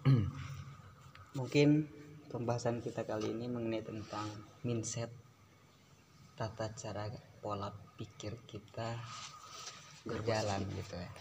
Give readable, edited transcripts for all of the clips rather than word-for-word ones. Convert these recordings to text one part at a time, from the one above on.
Mungkin pembahasan kita kali ini mengenai tentang mindset, tata cara pola pikir kita berjalan gitu ya.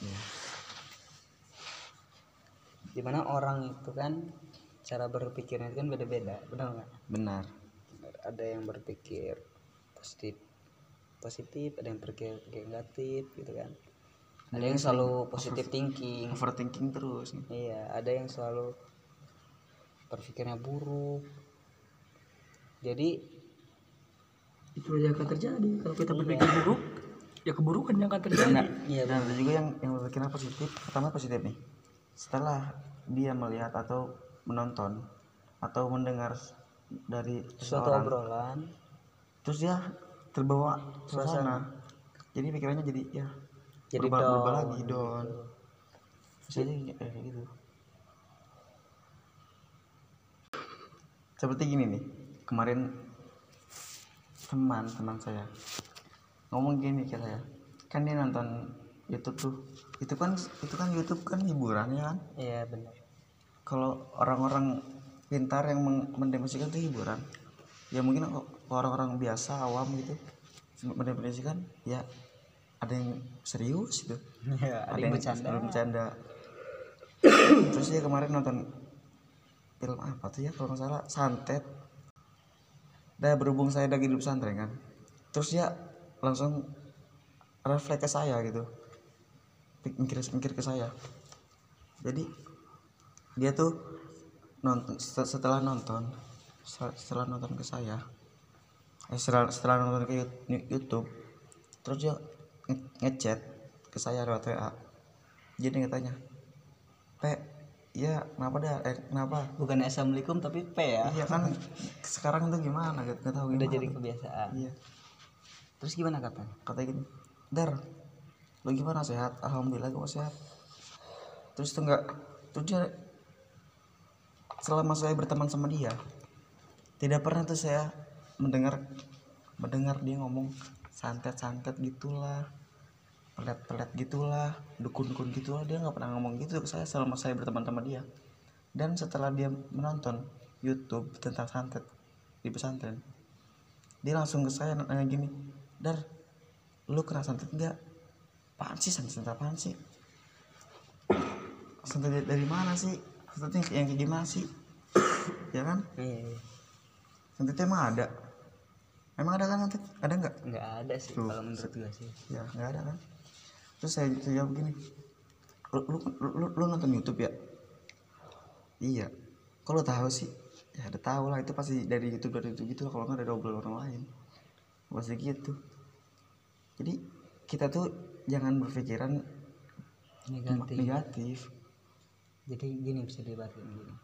Dimana orang itu kan cara berpikirnya itu kan beda-beda, benar nggak? Benar. Ada yang berpikir positif, ada yang berpikir negatif gitu kan. Ada yang selalu positive thinking, overthinking terus. Iya, ada yang selalu berpikirnya buruk. Jadi itu aja akan terjadi. Kalau kita berpikir buruk, ya keburukan yang akan terjadi. Dan ada juga yang berpikirnya positif. Pertama positif nih. Setelah dia melihat atau menonton atau mendengar dari suatu obrolan, terus dia terbawa suasana. Jadi pikirannya jadi berubah lagi down. Jadi kayak gitu. Seperti gini nih, kemarin teman saya ngomong gini ke saya, kan dia nonton YouTube tuh, itu kan YouTube kan hiburan ya kan? Iya benar. Kalau orang-orang pintar yang mendefinisikan itu hiburan, ya mungkin orang-orang biasa awam gitu mendefinisikan ya ada yang serius gitu, ya, ada yang bercanda. Terus dia kemarin nonton film apa tuh ya kalau nggak salah, Santet. Dah berhubung saya lagi di pesantren kan, terus dia langsung refleks ke saya gitu, mikir ke saya. Jadi dia tuh setelah nonton ke saya, setelah nonton ke YouTube, terus dia ngechat ke saya lewat WA. Jadi katanya, ya kenapa? Bukan assalamualaikum tapi P ya. Iya kan sekarang tuh gimana? Gak tahu gimana. Udah jadi kebiasaan. Iya. Terus gimana katanya? Katanya gini, Dar, lo gimana, sehat? Alhamdulillah gue sehat. Terus dia selama saya berteman sama dia, tidak pernah tuh saya mendengar dia ngomong santet gitulah, pelet gitulah, dukun gitulah. Dia nggak pernah ngomong gitu ke saya selama saya berteman sama dia. Dan setelah dia menonton YouTube tentang santet di pesantren, dia langsung ke saya nanya gini, Dar, lu kena santet nggak? Apaan sih santet apaan sih? Santet dari mana sih? Santetnya yang kayak gimana sih? Ya kan? Santetnya emang ada? Emang ada kan santet? Ada nggak? Nggak ada sih kalau menurut gue sih. Ya nggak ada kan? Terus saya jawab begini, lu nonton YouTube ya? Iya. Kok lu tahu sih? Ya udah tahu lah, itu pasti dari YouTube gitu, kalau nggak dari obrolan orang lain pasti gitu. Jadi kita tuh jangan berpikiran negatif. Jadi gini, bisa dibatin gini,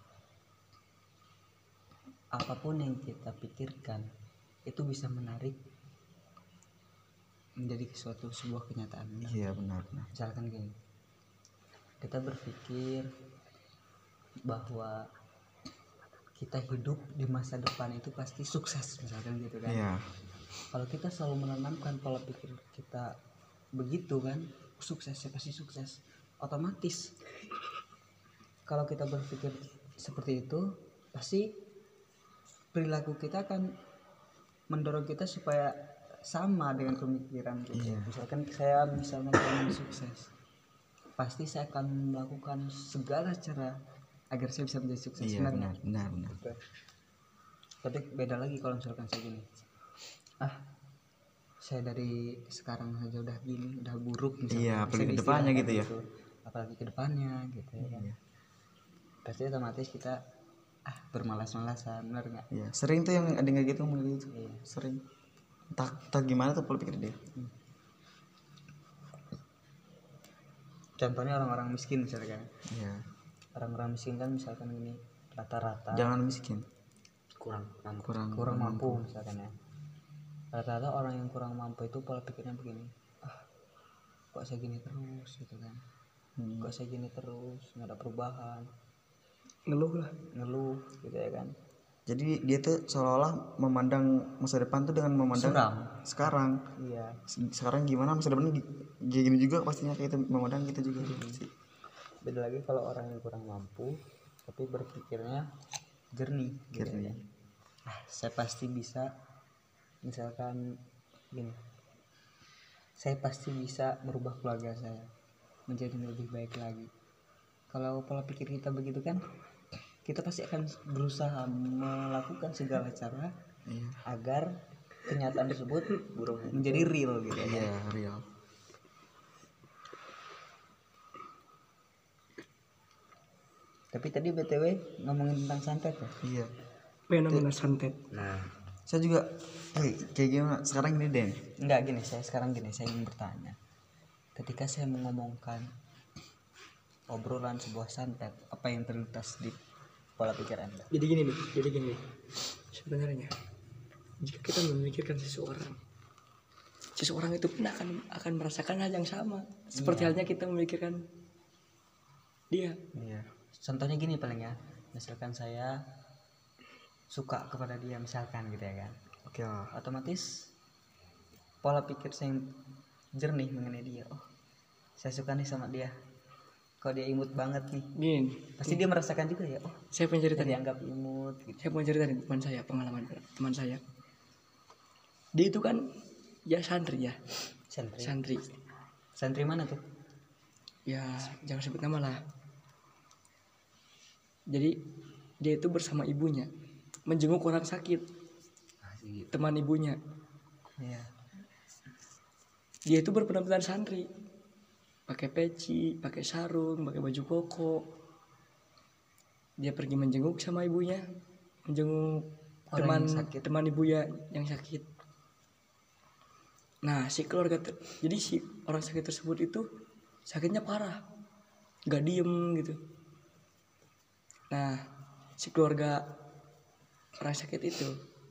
apapun yang kita pikirkan itu bisa menarik menjadi sebuah kenyataan. Iya benar. Misalkan gini, kita berpikir bahwa kita hidup di masa depan itu pasti sukses, misalkan gitu kan. Iya. Kalau kita selalu menanamkan pola pikir kita begitu kan, suksesnya pasti sukses. Otomatis kalau kita berpikir seperti itu, pasti perilaku kita akan mendorong kita supaya sama dengan pemikiran kita. Misalkan saya pengen sukses, pasti saya akan melakukan segala cara agar saya bisa menjadi sukses. Iya, benar. Tapi beda lagi kalau misalkan saya gini, saya dari sekarang saja udah gini, udah buruk misalkan. Iya, apalagi ke depannya gitu ya. Apalagi ke depannya gitu ya kan. Pasti otomatis kita bermalas-malasan, benar nggak? Iya, sering tuh yang ada nggak gitu ngomong gitu. Iya. Sering. Tak gimana tuh pola pikir dia. Contohnya orang-orang miskin misalkan. Iya. Orang-orang miskin kan misalkan gini, rata-rata jangan miskin, kurang mampu misalkan ya. Rata-rata orang yang kurang mampu itu pola pikirnya begini, kok saya gini terus gitu kan. Kok saya gini terus, nggak ada perubahan, ngeluh gitu ya kan. Jadi dia tuh seolah-olah memandang masa depan tuh dengan memandang suram sekarang. Iya. Sekarang gimana, masa depan gini juga pastinya, kayak itu memandang kita juga. Beda lagi kalau orang yang kurang mampu, tapi berpikirnya jernih gitu ya. Saya pasti bisa, misalkan gini, saya pasti bisa merubah keluarga saya menjadi lebih baik lagi. Kalau pola pikir kita begitu kan, kita pasti akan berusaha melakukan segala cara agar kenyataan tersebut menjadi real gitu ya. Iya, real. Tapi tadi BTW ngomongin tentang santet ya. Iya. Fenomena santet. Nah, Saya juga kayak gimana? Sekarang gini deh. enggak gini, saya ingin bertanya. Ketika saya mengomongkan obrolan sebuah santet, apa yang terlintas di pola pikir Anda? Jadi gini nih. Sebenarnya jika kita memikirkan seseorang itu pun akan merasakan hal yang sama seperti halnya kita memikirkan dia. Iya. Contohnya gini paling ya, misalkan saya suka kepada dia misalkan gitu ya kan, Oke lah. otomatis pola pikir saya yang jernih mengenai dia. Oh, saya suka nih sama dia. Kok dia imut banget nih. Gini, Pasti dia merasakan juga ya. Oh, saya punya cerita nih. dianggap imut gitu. Saya punya cerita nih pengalaman teman saya. Dia itu kan ya santri ya. Santri. Santri mana tuh? Ya jangan sebut nama lah. Jadi dia itu bersama ibunya menjenguk orang sakit, teman ibunya. Iya. Dia itu berpenampilan santri, pakai peci, pakai sarung, pakai baju koko. Dia pergi menjenguk sama ibunya, menjenguk Orang yang sakit. teman ibunya yang sakit. Nah jadi si orang sakit tersebut itu sakitnya parah, nggak diem gitu. Nah si keluarga orang sakit itu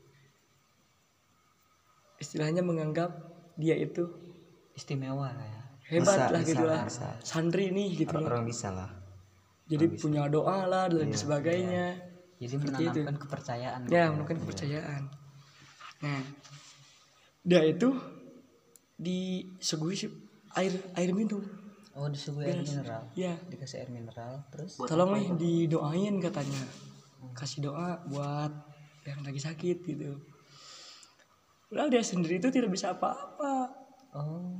istilahnya menganggap dia itu Istimewa lah ya. hebat lah Bisa, gitu lah, bisa. santri nih gitu. Orang bisa lah. Jadi punya doa lah dan sebagainya. Jadi Seperti itu. menanamkan kepercayaan. Ya, menurunkan kepercayaan. Nah, dia itu disuguhi air minum. Oh, disuguhi air mineral. Ya, Dikasih air mineral terus tolong nih didoain katanya. Kasih doa buat yang lagi sakit gitu. Padahal dia sendiri itu tidak bisa apa-apa. oh,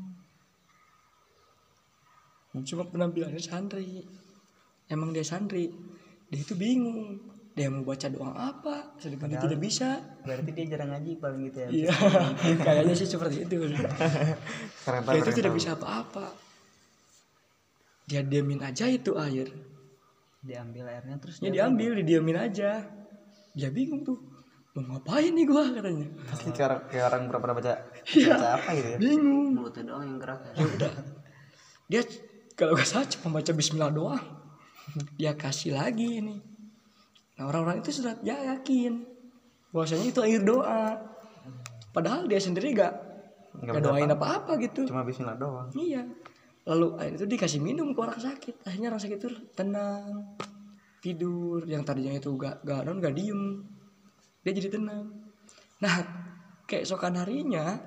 Cuma penampilannya santri. Emang dia santri. Dia itu bingung. Dia mau baca doa apa, sedangkan dia tidak bisa. berarti dia jarang ngaji paling gitu ya. Iya, kayaknya sih seperti itu. Keren Dia itu keren tidak tahu. bisa apa-apa. Dia diamin aja itu air. Diambil airnya terus Ya diambil, didiamin aja. Dia bingung tuh. Mau ngapain nih gua katanya. Pasti kayak orang pernah baca apa gitu ya. Bingung. mulutnya doang yang gerak ya. Ya udah. Dia kalau gak salah cuma baca bismillah doang. Dia kasih lagi ini. Nah orang-orang itu sudah yakin bahwasanya itu air doa. Padahal dia sendiri gak doain apa-apa gitu. Cuma bismillah doang. Iya. Lalu air itu dikasih minum ke orang sakit. Akhirnya orang sakit itu tenang, tidur. Yang tadinya itu gak diem, dia jadi tenang. Nah keesokan harinya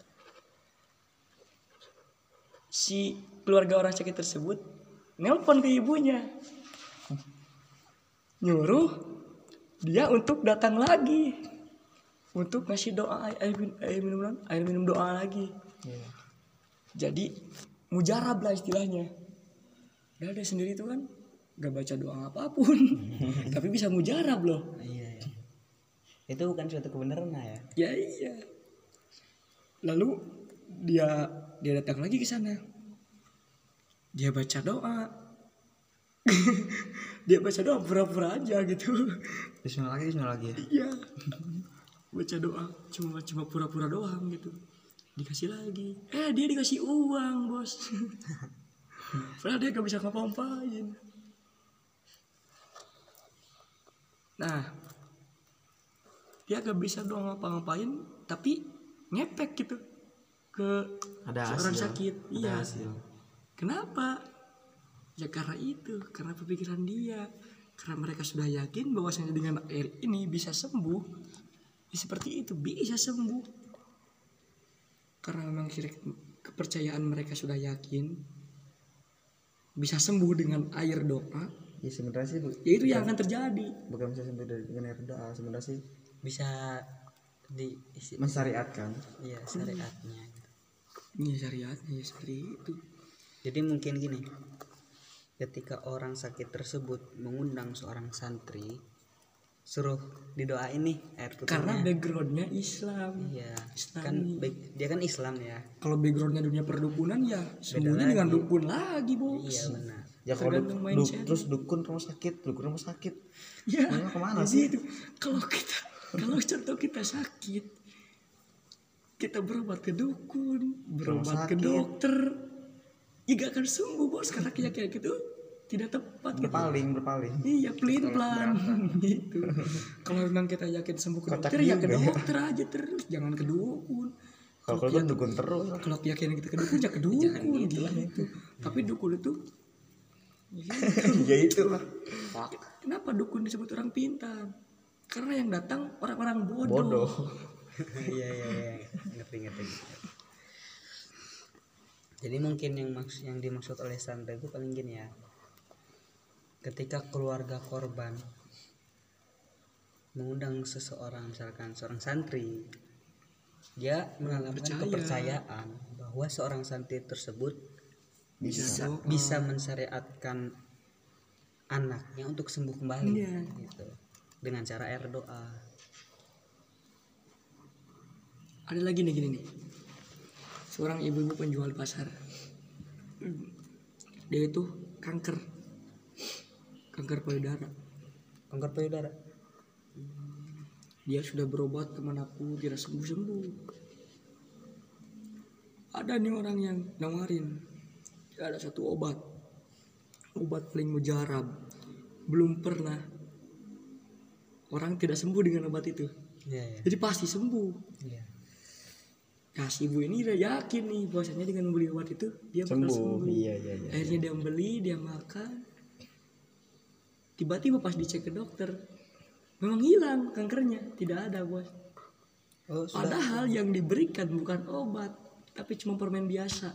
si keluarga orang sakit tersebut nelpon ke ibunya, nyuruh dia untuk datang lagi untuk ngasih doa air minum doa lagi. Jadi mujarab lah istilahnya. Udah dia sendiri itu kan gak baca doa apapun tapi bisa mujarab loh. Iya, iya. Itu bukan suatu kebenaran lah ya. Ya iya. Lalu dia datang lagi ke sana. Dia baca doa. Dia baca doa pura-pura aja gitu. Bismillah lagi ya. Iya. Baca doa cuma pura-pura doang gitu. Dikasih lagi. Dia dikasih uang, Bos. Padahal dia gak bisa ngapa-ngapain. Nah, dia gak bisa doang ngapa-ngapain tapi ngepek gitu ke Ada orang hasil. sakit. Ada Iya. hasil. Kenapa? Ya karena itu, karena pemikiran dia. Karena mereka sudah yakin bahwasanya dengan air ini bisa sembuh. Ya seperti itu, bisa sembuh. Karena memang kepercayaan mereka sudah yakin bisa sembuh dengan air doa. Ya sebenarnya sih Ya itu yang akan terjadi. bukan bisa sampai dengan RDA, sebenarnya sih Bisa mensyariatkan. iya syariatnya gitu. Ini syariatnya ya seperti itu. Jadi mungkin gini, ketika orang sakit tersebut mengundang seorang santri, suruh didoain nih air Karena putihnya. backgroundnya Islam. Iya, Islami. kan dia kan Islam ya. Kalau backgroundnya dunia perdukunan ya semuanya dengan lagi. dukun lagi bos. Iya benar. Ya kalau Tergantung mindset. terus dukun rumah sakit. Ya, Mana kemana jadi sih? itu kalau contoh kita sakit, kita berobat ke dukun, berobat ke sakit. dokter, ya gak akan sembuh bos karena keyakinan gitu tidak tepat gitu. Berpaling. Iya pelin pelan gitu. Kalau memang kita yakin sembuh ke Kocak dokter ya ke juga ya. dokter aja terus, jangan ke dukun. Kalau kan dukun terus. Kalau keyakinan kita ke dukun ya ke dukun gitu. Tapi dukun itu Ya itulah. kenapa dukun disebut orang pintar? Karena yang datang orang-orang Bodoh. Iya ngerti. Jadi mungkin yang dimaksud oleh santai itu paling gini ya. Ketika keluarga korban mengundang seseorang, misalkan seorang santri, dia menanamkan kepercayaan bahwa seorang santri tersebut bisa mensyariatkan anaknya untuk sembuh kembali gitu dengan cara air doa. Ada lagi nih gini nih. Seorang ibu-ibu penjual pasar. Dia itu kanker payudara. Kanker payudara. Dia sudah berobat kemanapun tidak sembuh. Ada nih orang yang nawarin, ada satu obat paling mujarab, belum pernah orang tidak sembuh dengan obat itu. Iya. Jadi pasti sembuh. Iya. Nah si ibu ini udah yakin nih bahwasanya dengan membeli obat itu dia bakal sembuh. Iya. Akhirnya dia beli, dia makan. Tiba-tiba pas dicek ke dokter, memang hilang kankernya, tidak ada bos. Oh, Padahal yang diberikan bukan obat, tapi cuma permen biasa.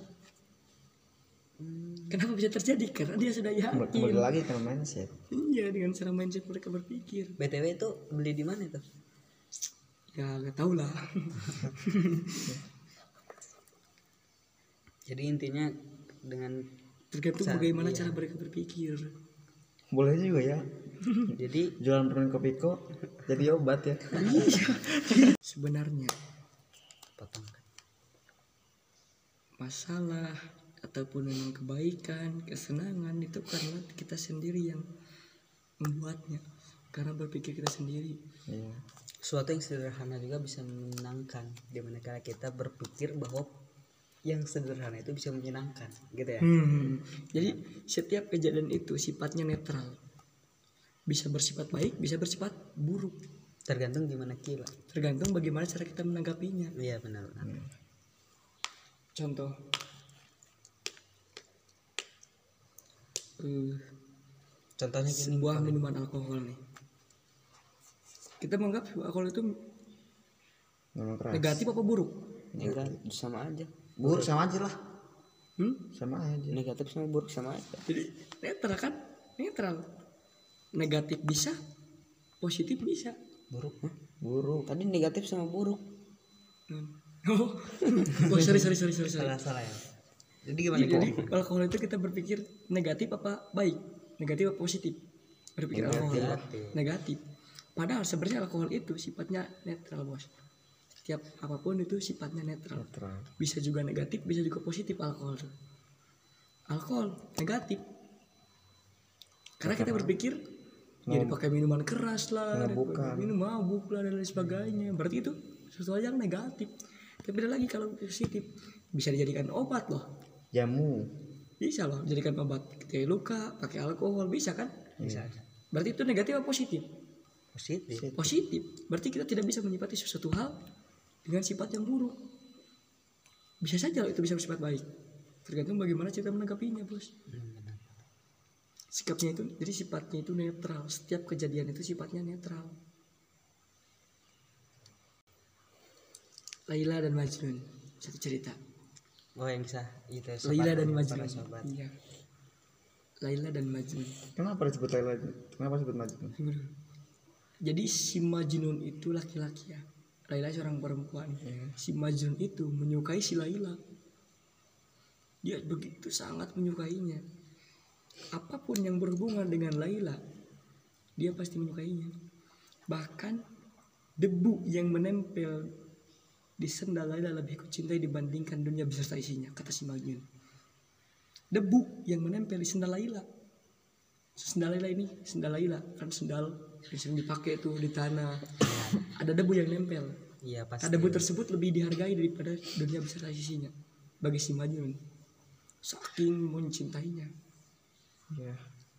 Kenapa bisa terjadi? Karena dia sudah yakin. Kembali lagi ke mindset. Iya, dengan cara mindset mereka berpikir. BTW itu beli di mana itu? Ya gak tau lah. Jadi intinya dengan Tergantung bagaimana cara mereka berpikir. Boleh juga ya. jadi Jualan permen kopiko jadi obat ya. Sebenarnya potong. masalah ataupun memang kebaikan, kesenangan itu karena kita sendiri yang membuatnya. Karena berpikir kita sendiri. Iya. Suatu yang sederhana juga bisa menyenangkan, dimana kita berpikir bahwa yang sederhana itu bisa menyenangkan, gitu ya. Jadi setiap kejadian itu sifatnya netral. Bisa bersifat baik, bisa bersifat buruk. Tergantung gimana kita. Tergantung bagaimana cara kita menanggapinya. Iya benar. Contoh, Contohnya gini. sebuah minuman alkohol nih. Kita menganggap sebuah alkohol itu Memang keras. negatif apa buruk? Enggak, sama aja. Buruk sama aja lah. Sama aja. Negatif sama buruk sama aja. Jadi netral kan? Netral. Negatif bisa, positif bisa. Buruk? Buruk. Tadi negatif sama buruk. Oh, sorry. Salah ya. Jadi gimana? Jadi alkohol itu kita berpikir negatif apa baik, negatif apa positif. Berpikir alkohol negatif. Padahal sebenarnya alkohol itu sifatnya netral bos. Setiap apapun itu sifatnya netral. Bisa juga negatif, bisa juga positif alkohol. Alkohol negatif. Karena kita berpikir jadi pakai minuman keras lah, minum mabuk lah dan lain sebagainya. Berarti itu sesuatu yang negatif. Tapi beda lagi kalau positif, bisa dijadikan obat loh. Jamu. Bisa loh dijadikan obat. Kayak luka, pakai alkohol bisa kan? Bisa. Berarti itu negatif atau positif? Positif. Positif. Berarti kita tidak bisa menyifati sesuatu hal dengan sifat yang buruk. Bisa saja itu bisa bersifat baik. Tergantung bagaimana kita menanggapinya, bos. Sikapnya itu, jadi sifatnya itu netral. Setiap kejadian itu sifatnya netral. Laila dan Majnun, satu cerita. Oh yang bisa itu. Laila dan Majnun. Sobat. Iya. Laila dan Majnun. Kenapa disebut Laila? Kenapa disebut Majnun? Jadi si Majnun itu laki-laki ya. Laila seorang perempuan. Si Majnun itu menyukai si Laila. Dia begitu sangat menyukainya. Apapun yang berhubungan dengan Laila, dia pasti menyukainya. Bahkan debu yang menempel di sendal Laila lebih kucintai dibandingkan dunia beserta isinya, kata si Majnun. Debu yang menempel di sendal Laila. Sendal Laila ini, sendal Laila kan sendal yang sering dipakai tuh di tanah. Ada debu yang nempel. Iya pasti. Nah, debu tersebut lebih dihargai daripada dunia beserta isinya bagi si Majnun. Saking mencintainya. Iya.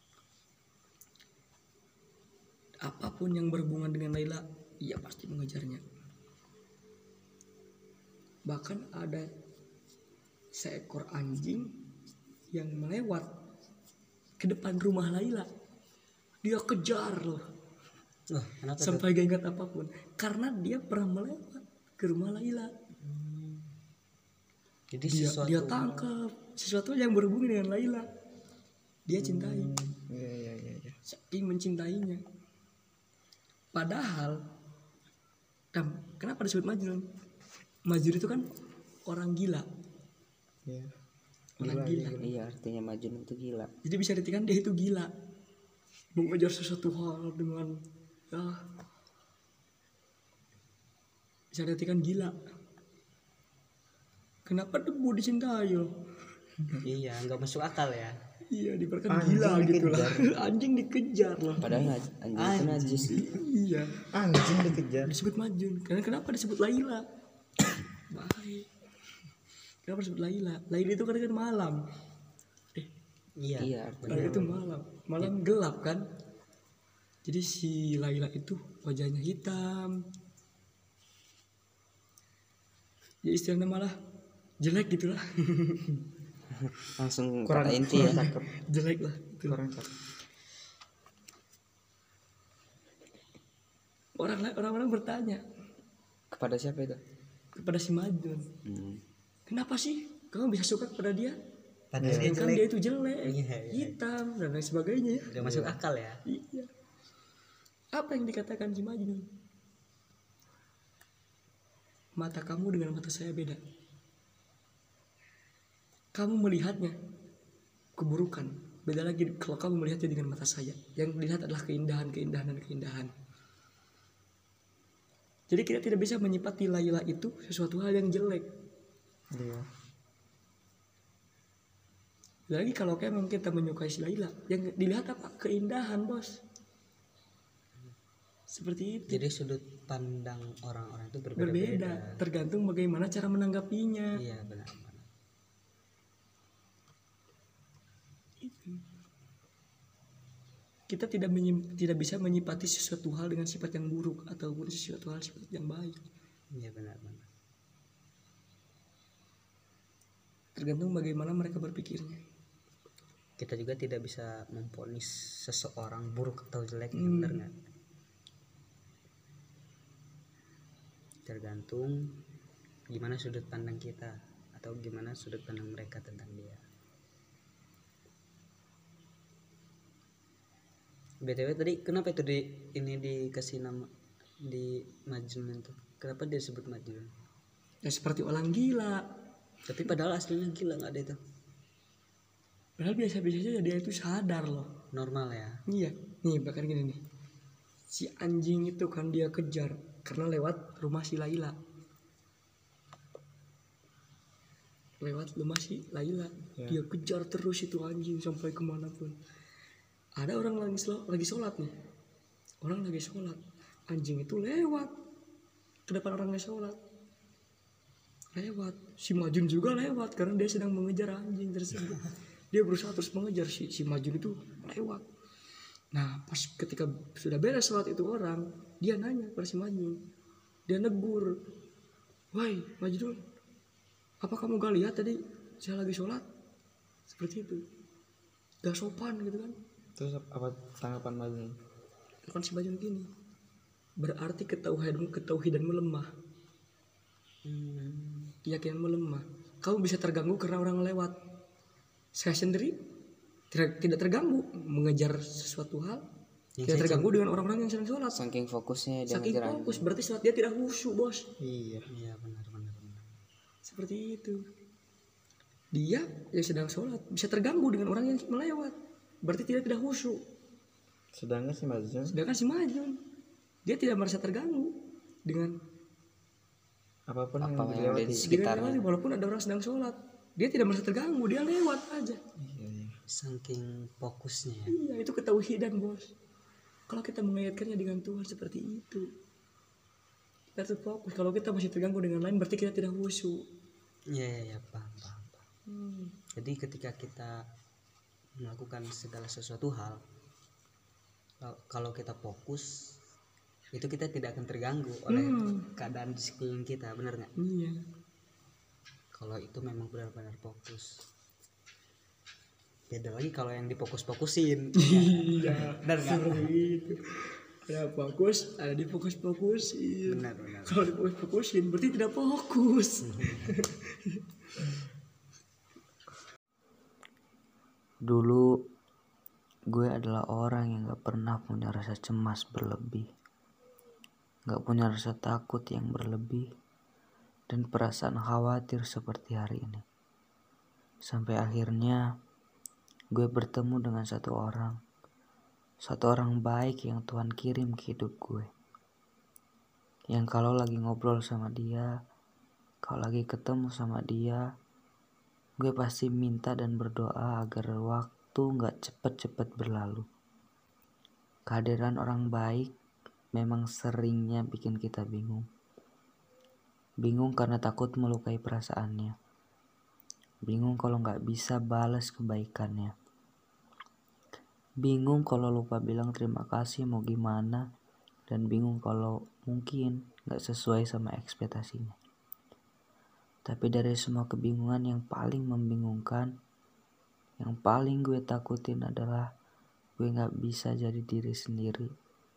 Apapun yang berhubungan dengan Laila, ia pasti mengejarnya. Bahkan ada seekor anjing yang melewat ke depan rumah Laila. Dia kejar loh. Loh, kenapa tuh? Sampai gak ingat apapun. Karena dia pernah melewat ke rumah Laila. Jadi Dia tangkap sesuatu yang berhubungan dengan Laila. Dia cintai. Iya. Saking mencintainya. Padahal kenapa disebut Majnun? Majnun itu kan orang gila. Iya. Orang gila. Iya, artinya Majnun itu gila. Jadi bisa dikatakan dia itu gila. Mengejar sesuatu hal dengan bisa dikatakan gila. Kenapa debu dicintai loh? Iya, nggak masuk akal ya. Iya, diberikan gila gitu lah. Anjing dikejar loh. Padahal anjing itu najis. Iya, Anjing dikejar. disebut Majnun. Karena kenapa disebut Laila? Baik. Kenapa disebut Laila? Laila itu kan malam. Iya. Iya, artinya Laila itu malam. Malam gelap kan? Jadi si Laila itu wajahnya hitam. Ya istilahnya malah jelek gitulah. langsung Kurang kata inti ya. cakep. Jelek lah. Gitu. Kurang cakep. Orang-orang bertanya Kepada siapa itu? kepada si Majnun, kenapa sih kamu bisa suka kepada dia? Padahal dia Kan jelek. dia itu jelek, Iya. hitam dan lain sebagainya. Nggak masuk akal ya. Iya. Apa yang dikatakan si Majnun? Mata kamu dengan mata saya beda. Kamu melihatnya keburukan. Beda lagi kalau kamu melihatnya dengan mata saya. Yang dilihat adalah keindahan dan keindahan. Jadi kita tidak bisa menyifati Laila itu sesuatu hal yang jelek. Iya. Lagi kalau kayak memang kita menyukai si Laila, yang dilihat apa? Keindahan, bos. Seperti itu. Jadi sudut pandang orang-orang itu Berbeda, berbeda. tergantung bagaimana cara menanggapinya. Iya benar. Kita tidak bisa menyipati sesuatu hal dengan sifat yang buruk ataupun sesuatu hal sifat yang baik. Iya benar. Tergantung bagaimana mereka berpikirnya. Kita juga tidak bisa memvonis seseorang buruk atau jelek, benar nggak? Tergantung gimana sudut pandang kita atau gimana sudut pandang mereka tentang dia. BTW tadi kenapa itu dikasih nama di Majnun itu? Kenapa dia disebut Majnun? Ya seperti orang gila. Tapi padahal aslinya gila nggak ada itu. Padahal biasa-biasa aja dia itu sadar loh. Normal ya. Iya. Nih bahkan gini nih. Si anjing itu kan dia kejar karena lewat rumah si Laila. Lewat rumah si Laila. Dia kejar terus itu anjing sampai kemanapun. Ada orang lagi sholat nih. Orang lagi sholat. Anjing itu lewat ke depan orang yang sholat. Lewat. Si Majnun juga lewat karena dia sedang mengejar anjing tersebut. Dia berusaha terus mengejar si Majnun itu lewat. Nah pas ketika sudah beres sholat itu orang, dia nanya pada si Majnun. Dia negur. Woi Majnun, apa kamu gak lihat tadi saya lagi sholat? Seperti itu. Gak sopan gitu kan. Terus apa tanggapan Majnun? Kan si Majnun gini, berarti ketauhidanmu lemah. Keyakinanmu lemah. Kamu bisa terganggu karena orang lewat. Saya sendiri tidak terganggu mengejar sesuatu hal, tidak terganggu dengan orang-orang yang sedang sholat. Saking fokusnya dia Saking ngejar fokus, anjing. berarti sholat dia tidak khusyuk, bos. Iya benar. Seperti itu. Dia yang sedang sholat bisa terganggu dengan orang yang melewat, berarti tidak khusyuk. Sedangkan si Majun Sedangkan si Majun, dia tidak merasa terganggu dengan apapun Apa yang yang ada di dilewati. sekitarnya. dengan walaupun ada orang sedang sholat, dia tidak merasa terganggu, dia lewat aja. Iya. Saking fokusnya ya. Iya, itu ketauhidan, bos. Kalau kita mengaitkannya dengan Tuhan seperti itu, kita harus fokus. Kalau kita masih terganggu dengan lain, berarti kita tidak khusyuk. Iya paham. Jadi ketika kita melakukan segala sesuatu hal, kalau kita fokus, itu kita tidak akan terganggu oleh keadaan di sekeliling kita, benar nggak? Iya. Kalau itu memang benar-benar fokus. Beda lagi kalau yang difokus-fokusin. Iya, Benar nggak? seperti itu. Ada fokus, ada difokus-fokusin. Benar. Kalau difokus-fokusin berarti tidak fokus. Dulu gue adalah orang yang gak pernah punya rasa cemas berlebih, gak punya rasa takut yang berlebih, dan perasaan khawatir seperti hari ini. Sampai akhirnya gue bertemu dengan satu orang baik yang Tuhan kirim ke hidup gue. Yang kalau lagi ngobrol sama dia, kalau lagi ketemu sama dia, gue pasti minta dan berdoa agar waktu gak cepet-cepet berlalu. Kehadiran orang baik memang seringnya bikin kita bingung. Bingung karena takut melukai perasaannya. Bingung kalau gak bisa balas kebaikannya. Bingung kalau lupa bilang terima kasih mau gimana. Dan bingung kalau mungkin gak sesuai sama ekspektasinya. Tapi dari semua kebingungan yang paling membingungkan, yang paling gue takutin adalah gue gak bisa jadi diri sendiri.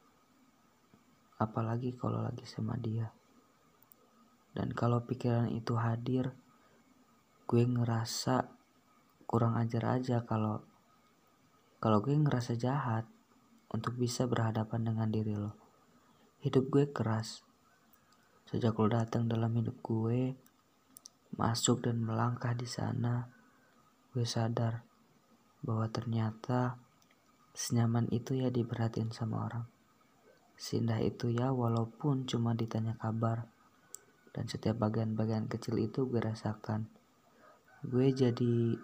Apalagi kalau lagi sama dia. Dan kalau pikiran itu hadir, gue ngerasa kurang ajar aja kalau gue ngerasa jahat untuk bisa berhadapan dengan diri lo. Hidup gue keras. Sejak lo datang dalam hidup gue, masuk dan melangkah di sana, gue sadar bahwa ternyata senyaman itu ya diperhatiin sama orang. Seindah itu ya walaupun cuma ditanya kabar. Dan setiap bagian-bagian kecil itu gue rasakan. Gue jadi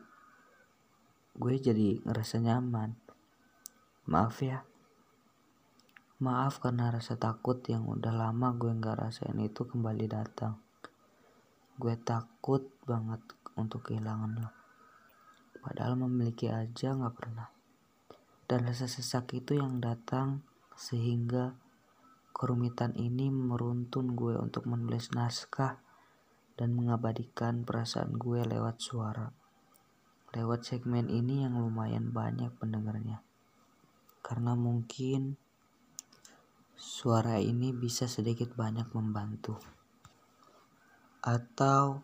ngerasa nyaman. Maaf ya. Maaf karena rasa takut yang udah lama gue gak rasain itu kembali datang. Gue takut banget untuk kehilangan lo. Padahal memiliki aja gak pernah. Dan rasa sesak itu yang datang sehingga kerumitan ini meruntun gue untuk menulis naskah dan mengabadikan perasaan gue lewat suara. Lewat segmen ini yang lumayan banyak pendengarnya. Karena mungkin suara ini bisa sedikit banyak membantu. Atau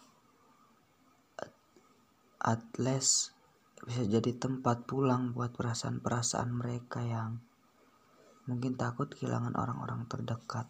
at least bisa jadi tempat pulang buat perasaan-perasaan mereka yang mungkin takut kehilangan orang-orang terdekat.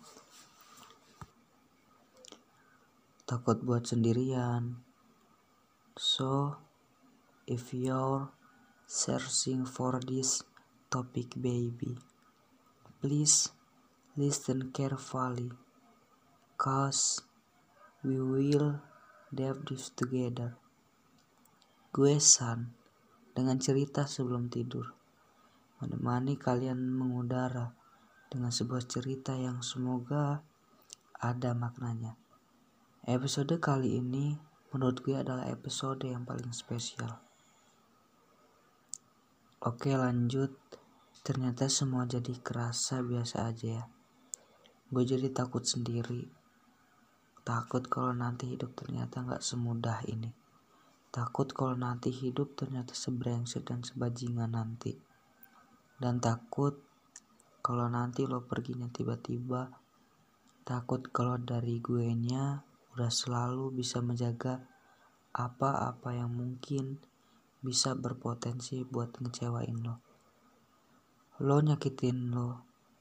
Takut buat sendirian. So, if you're searching for this topic baby, please listen carefully, cause we will dive this together. Gue San, dengan cerita sebelum tidur, menemani kalian mengudara dengan sebuah cerita yang semoga ada maknanya. Episode kali ini menurut gue adalah episode yang paling spesial. Oke lanjut, ternyata semua jadi kerasa biasa aja ya. Gue jadi takut sendiri. Takut kalau nanti hidup ternyata gak semudah ini. Takut kalau nanti hidup ternyata sebrengsek dan sebajingan nanti. Dan takut kalau nanti lo perginya tiba-tiba. Takut kalau dari gue nya udah selalu bisa menjaga apa-apa yang mungkin bisa berpotensi buat ngecewain lo. Lo nyakitin lo.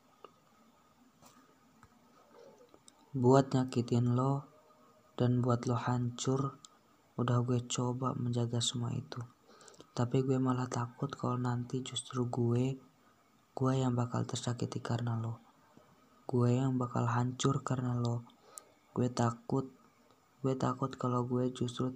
Buat nyakitin lo dan buat lo hancur, udah gue coba menjaga semua itu. Tapi gue malah takut kalau nanti justru gue yang bakal tersakiti karena lo. Gue yang bakal hancur karena lo. Gue takut kalau gue justru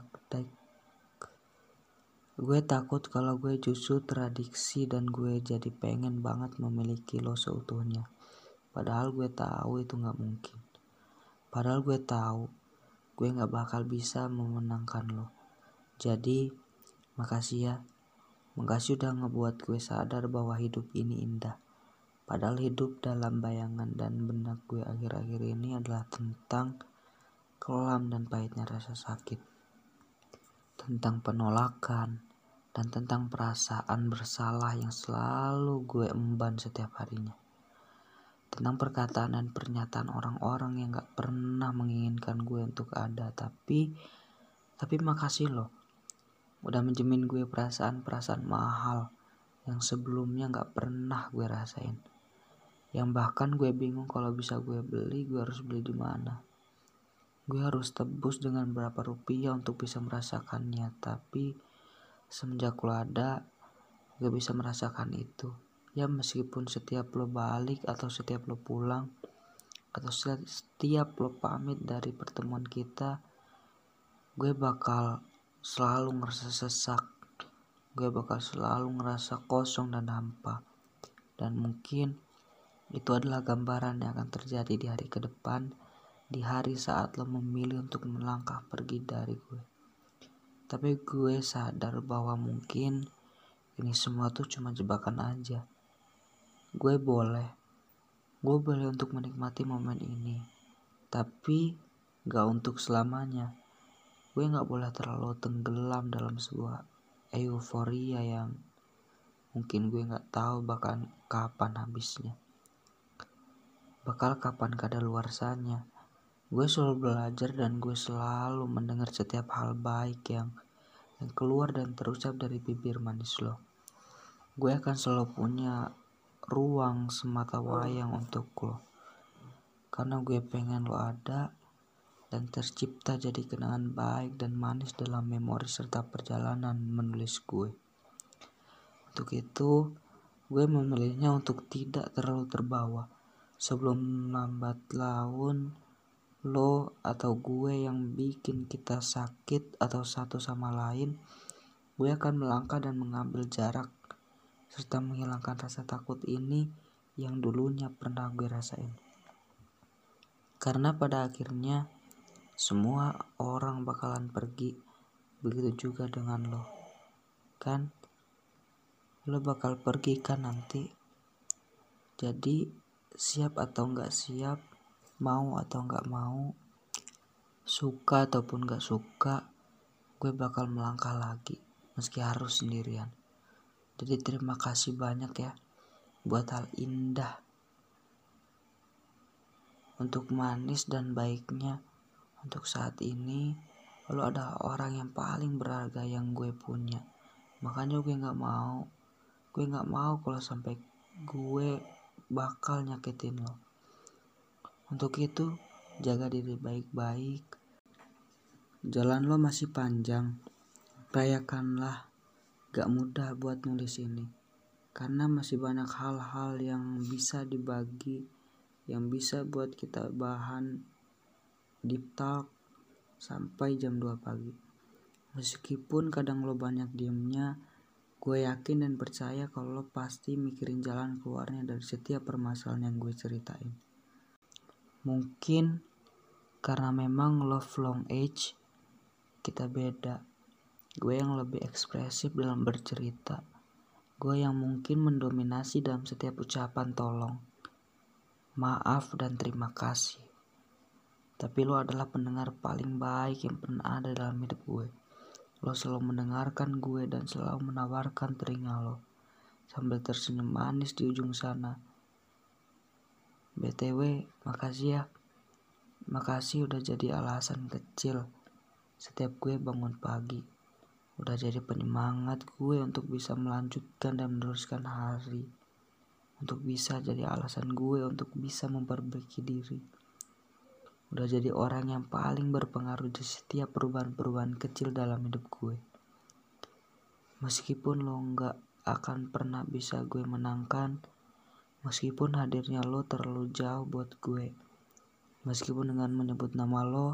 teradiksi dan gue jadi pengen banget memiliki lo seutuhnya. Padahal gue tahu itu gak mungkin. Padahal gue tahu gue gak bakal bisa memenangkan lo. Jadi makasih ya. Makasih udah ngebuat gue sadar bahwa hidup ini indah. Padahal hidup dalam bayangan dan benak gue akhir-akhir ini adalah tentang kelam dan pahitnya rasa sakit. Tentang penolakan dan tentang perasaan bersalah yang selalu gue emban setiap harinya. Tentang perkataan dan pernyataan orang-orang yang gak pernah menginginkan gue untuk ada. Tapi makasih loh. Udah minjemin gue perasaan-perasaan mahal yang sebelumnya gak pernah gue rasain. Yang bahkan gue bingung kalau bisa gue harus beli di mana. Gue harus tebus dengan berapa rupiah untuk bisa merasakannya. Tapi semenjak lo ada, gue bisa merasakan itu. Ya meskipun setiap lo balik atau setiap lo pulang atau setiap lo pamit dari pertemuan kita, gue bakal selalu ngerasa sesak. Gue bakal selalu ngerasa kosong dan hampa. Dan mungkin itu adalah gambaran yang akan terjadi di hari ke depan, di hari saat lo memilih untuk melangkah pergi dari gue. Tapi gue sadar bahwa mungkin ini semua tuh cuma jebakan aja. Gue boleh untuk menikmati momen ini, tapi gak untuk selamanya. Gue gak boleh terlalu tenggelam dalam sebuah euforia yang mungkin gue gak tahu bahkan kapan habisnya. Bakal kapan kadaluarsanya. Gue selalu belajar dan gue selalu mendengar setiap hal baik yang keluar dan terucap dari bibir manis lo. Gue akan selalu punya ruang semata wayang untuk lo. Karena gue pengen lo ada dan tercipta jadi kenangan baik dan manis dalam memori serta perjalanan menulis gue. Untuk itu, gue memilihnya untuk tidak terlalu terbawa. Sebelum lambat laun, lo atau gue yang bikin kita sakit atau satu sama lain, gue akan melangkah dan mengambil jarak serta menghilangkan rasa takut ini yang dulunya pernah gue rasain. Karena pada akhirnya semua orang bakalan pergi, begitu juga dengan lo. Kan? Lo bakal pergi kan nanti. Jadi siap atau gak siap, mau atau gak mau, suka ataupun gak suka, gue bakal melangkah lagi meski harus sendirian. Jadi terima kasih banyak ya buat hal indah, untuk manis dan baiknya. Untuk saat ini lo adalah orang yang paling berharga yang gue punya. Makanya gue gak mau kalau sampai gue bakal nyakitin lo. Untuk itu jaga diri baik-baik. Jalan lo masih panjang, rayakanlah. Gak mudah buat nulis ini, karena masih banyak hal-hal yang bisa dibagi, yang bisa buat kita bahan deep talk sampai jam 2 pagi. Meskipun kadang lo banyak diemnya, gue yakin dan percaya kalau lo pasti mikirin jalan keluarnya dari setiap permasalahan yang gue ceritain. Mungkin karena memang love long age kita beda. Gue yang lebih ekspresif dalam bercerita. Gue yang mungkin mendominasi dalam setiap ucapan tolong, maaf dan terima kasih. Tapi lo adalah pendengar paling baik yang pernah ada dalam hidup gue. Lo selalu mendengarkan gue dan selalu menawarkan telinga lo sambil tersenyum manis di ujung sana. BTW, makasih ya. Makasih udah jadi alasan kecil setiap gue bangun pagi. Udah jadi penyemangat gue untuk bisa melanjutkan dan meneruskan hari. Untuk bisa jadi alasan gue untuk bisa memperbaiki diri. Udah jadi orang yang paling berpengaruh di setiap perubahan-perubahan kecil dalam hidup gue. Meskipun lo gak akan pernah bisa gue menangkan, meskipun hadirnya lo terlalu jauh buat gue, meskipun dengan menyebut nama lo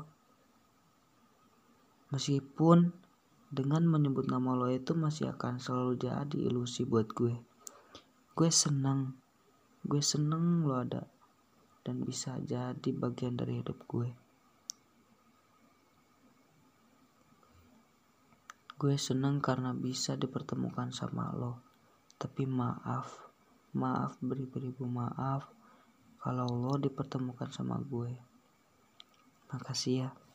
itu masih akan selalu jadi ilusi buat gue. Gue seneng lo ada dan bisa jadi bagian dari hidup gue. Gue seneng karena bisa dipertemukan sama lo. Tapi maaf beribu-ribu maaf kalau lo dipertemukan sama gue. Makasih ya.